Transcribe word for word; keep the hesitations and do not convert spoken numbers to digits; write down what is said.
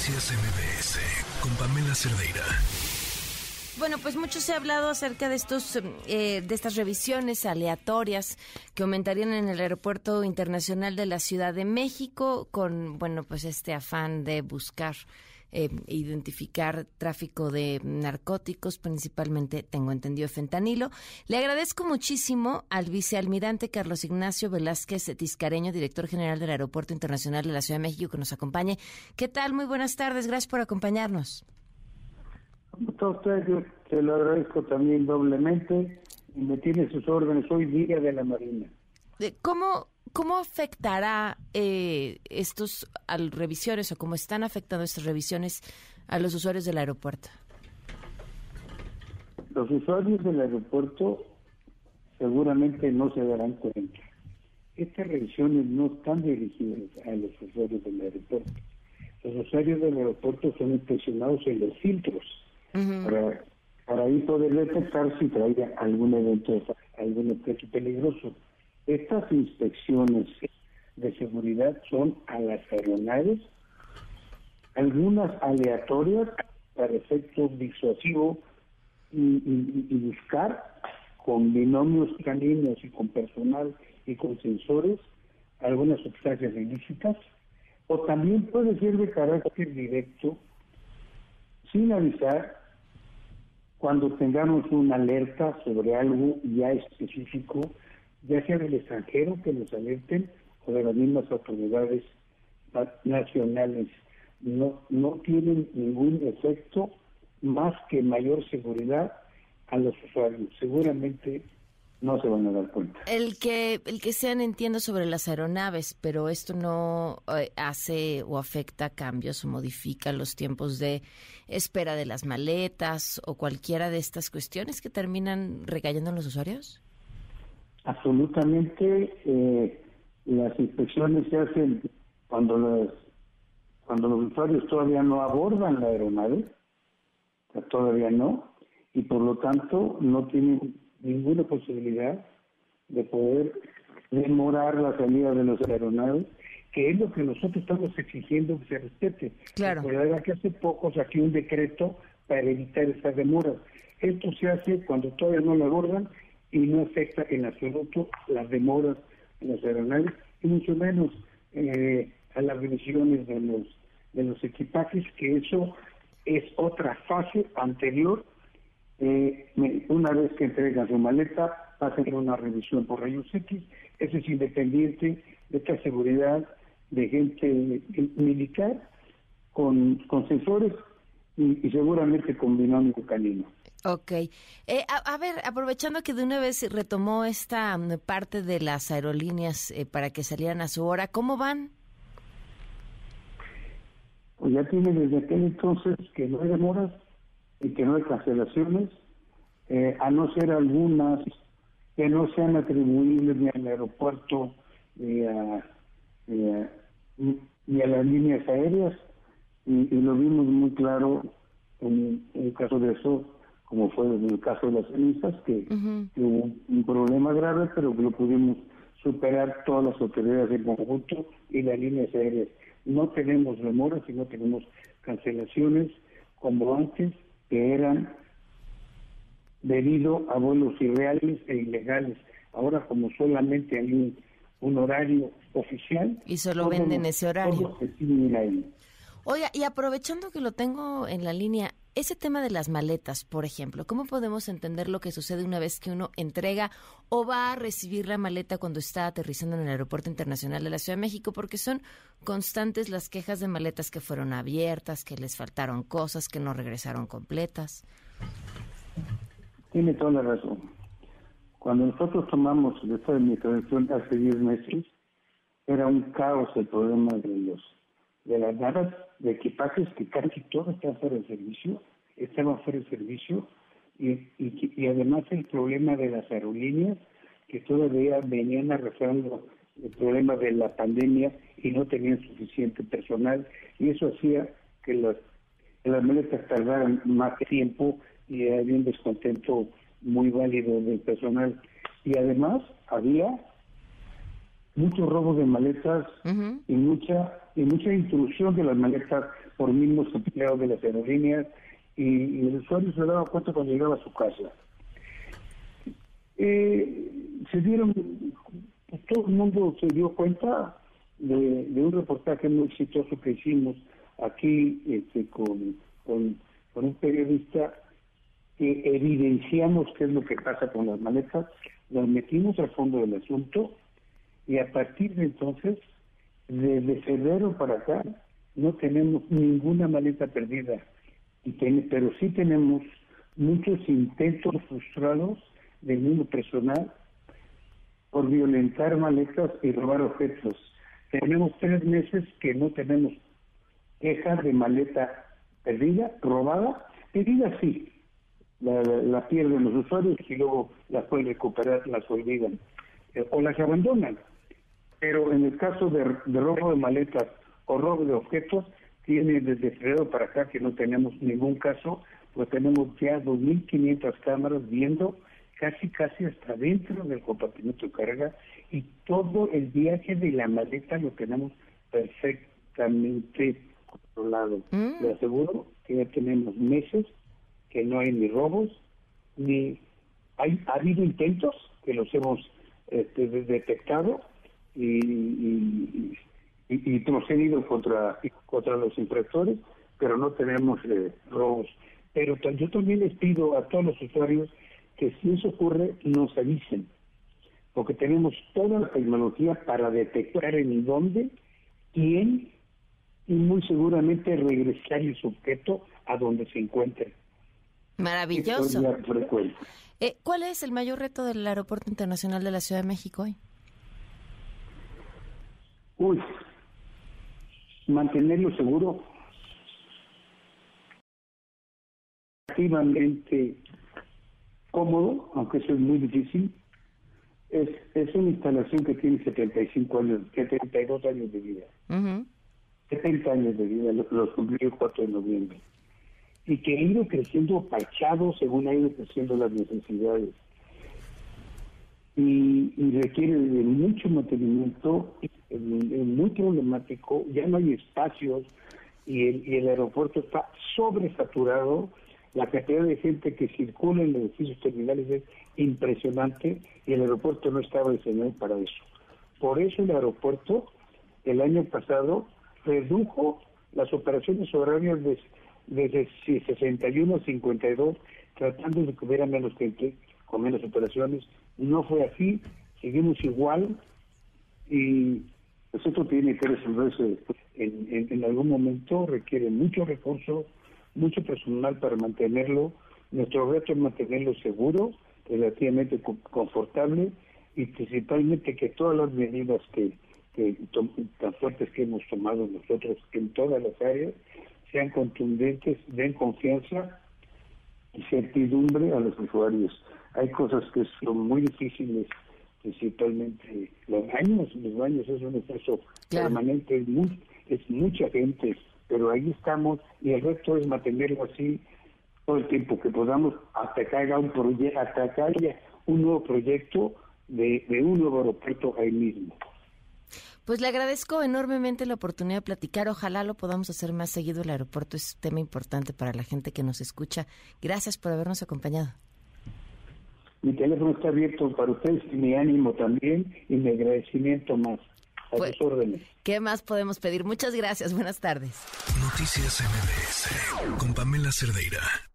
Noticias M B S con Pamela Cerdeira. Bueno, pues mucho se ha hablado acerca de estos, eh, de estas revisiones aleatorias que aumentarían en el Aeropuerto Internacional de la Ciudad de México con, bueno, pues este afán de buscar eh, identificar tráfico de narcóticos, principalmente, tengo entendido, fentanilo. Le agradezco muchísimo al vicealmirante Carlos Ignacio Velázquez Tiscareño, director general del Aeropuerto Internacional de la Ciudad de México, que nos acompañe. ¿Qué tal? Muy buenas tardes. Gracias por acompañarnos. A usted, yo te lo agradezco también doblemente y me tiene sus órdenes. Soy Día de la Marina. ¿Cómo, cómo afectará eh, estos a revisiones o cómo están afectando estas revisiones a los usuarios del aeropuerto? Los usuarios del aeropuerto seguramente no se darán cuenta. Estas revisiones no están dirigidas a los usuarios del aeropuerto. Los usuarios del aeropuerto son inspeccionados en los filtros. Uh-huh. para, para ahí poder detectar si traía algún evento, algún objeto peligroso. Estas inspecciones de seguridad son a las aeronaves, algunas aleatorias para efectos disuasivos y, y, y buscar con binomios caninos y con personal y con sensores algunas sustancias ilícitas, o también puede ser de carácter directo sin avisar cuando tengamos una alerta sobre algo ya específico, ya sea del extranjero que nos alerten o de las mismas autoridades nacionales. No, no tienen ningún efecto más que mayor seguridad a los usuarios. Seguramente no se van a dar cuenta. El que el que sean, entiendo, sobre las aeronaves, pero esto no eh, hace o afecta cambios o modifica los tiempos de espera de las maletas o cualquiera de estas cuestiones que terminan recayendo en los usuarios. Absolutamente. Eh, las inspecciones se hacen cuando las cuando los usuarios todavía no abordan la aeronave, o sea, todavía no, y por lo tanto no tienen ninguna posibilidad de poder demorar la salida de los aeronaves, que es lo que nosotros estamos exigiendo que se respete. Claro. Recuerda que hace poco saqué un decreto para evitar esas demoras. Esto se hace cuando todavía no lo abordan y no afecta en absoluto las demoras en los aeronaves y mucho menos eh, a las revisiones de los de los equipajes, que eso es otra fase anterior. Eh, una vez que entregan su maleta, va a hacer una revisión por rayos X. Eso es independiente de esta seguridad de gente militar con, con sensores y, y seguramente con binomio canino. Ok. Eh, a, a ver, aprovechando que de una vez retomó esta um, parte de las aerolíneas eh, para que salieran a su hora, ¿cómo van? Pues ya tiene desde aquel entonces que no hay demoras y que no hay cancelaciones, eh, a no ser algunas que no sean atribuibles ni al aeropuerto ni a, ni a, ni a las líneas aéreas, y, y lo vimos muy claro en, en el caso de eso, como fue en el caso de las cenizas, que, uh-huh. que hubo un problema grave, pero que lo pudimos superar todas las autoridades en conjunto y las líneas aéreas. No tenemos demoras y no tenemos cancelaciones como antes, que eran debido a vuelos irreales e ilegales. Ahora, como solamente hay un, un horario oficial... Y solo venden nos, ese horario. Oiga, y aprovechando que lo tengo en la línea, ese tema de las maletas, por ejemplo, ¿cómo podemos entender lo que sucede una vez que uno entrega o va a recibir la maleta cuando está aterrizando en el Aeropuerto Internacional de la Ciudad de México? Porque son constantes las quejas de maletas que fueron abiertas, que les faltaron cosas, que no regresaron completas. Tiene toda la razón. Cuando nosotros tomamos esta administración hace diez meses, era un caos el problema de los de las naves de equipajes, que casi todo estaba fuera de servicio, estaban fuera de servicio, y, y, y además el problema de las aerolíneas, que todavía venían arrastrando el problema de la pandemia y no tenían suficiente personal, y eso hacía que las, que las maletas tardaran más tiempo y había un descontento muy válido del personal. Y además había muchos robos de maletas uh-huh. y mucha y mucha intrusión de las maletas por mismos empleados de las aerolíneas, y, y el usuario se daba cuenta cuando llegaba a su casa. Eh, se dieron, todo el mundo se dio cuenta de, de un reportaje muy exitoso que hicimos aquí este, con, con, con un periodista, que evidenciamos qué es lo que pasa con las maletas, nos metimos al fondo del asunto, y a partir de entonces, desde febrero para acá, no tenemos ninguna maleta perdida, y ten, pero sí tenemos muchos intentos frustrados del mismo personal por violentar maletas y robar objetos. Tenemos tres meses que no tenemos quejas de maleta perdida, robada. Perdida sí, la, la pierden los usuarios y luego las pueden recuperar, las olvidan eh, o las abandonan. Pero en el caso de, de robo de maletas o robo de objetos, tiene desde febrero para acá que no tenemos ningún caso, pues tenemos ya dos mil quinientas cámaras viendo casi casi hasta dentro del compartimento de carga, y todo el viaje de la maleta lo tenemos perfectamente controlado. Mm. Le aseguro que ya tenemos meses que no hay ni robos, ni hay ha habido intentos que los hemos este, detectado y, y, y, y procedido contra, contra los infractores, pero no tenemos eh, robos. Pero yo también les pido a todos los usuarios que si eso ocurre, nos avisen, porque tenemos toda la tecnología para detectar en dónde, quién, y muy seguramente regresar el sujeto a donde se encuentre. Maravilloso. Eh, ¿Cuál es el mayor reto del Aeropuerto Internacional de la Ciudad de México hoy? Uy, mantenerlo seguro, activamente cómodo, aunque eso es muy difícil. Es es una instalación que tiene setenta y cinco años, setenta y dos años de vida. Uh-huh. setenta años de vida, los cumplió el cuatro de noviembre. Y que ha ido creciendo parchado según ha ido creciendo las necesidades. Y, y requiere de mucho mantenimiento, es, es muy problemático, ya no hay espacios, y el, y el aeropuerto está sobresaturado. La cantidad de gente que circula en los edificios terminales es impresionante, y el aeropuerto no estaba diseñado para eso. Por eso el aeropuerto el año pasado redujo las operaciones horarias de, desde sesenta y uno a cincuenta y dos, tratando de que hubiera menos gente con menos operaciones. No fue así, seguimos igual, y pues esto tiene que resolverse en, en, en algún momento. Requiere mucho recurso, mucho personal para mantenerlo. Nuestro reto es mantenerlo seguro, relativamente confortable, y principalmente que todas las medidas que, que tan fuertes que hemos tomado nosotros en todas las áreas sean contundentes, den confianza y certidumbre a los usuarios. Hay cosas que son muy difíciles, principalmente los baños. Los baños es un esfuerzo claro. permanente, es, muy, es mucha gente, pero ahí estamos, y el resto es mantenerlo así todo el tiempo que podamos, hasta que haya un proyecto, hasta que haya un nuevo proyecto de, de un nuevo aeropuerto ahí mismo. Pues le agradezco enormemente la oportunidad de platicar. Ojalá lo podamos hacer más seguido. El aeropuerto es un tema importante para la gente que nos escucha. Gracias por habernos acompañado. Mi teléfono está abierto para ustedes, y mi ánimo también, y mi agradecimiento más. A pues, sus órdenes. ¿Qué más podemos pedir? Muchas gracias. Buenas tardes. Noticias M B S con Pamela Cerdeira.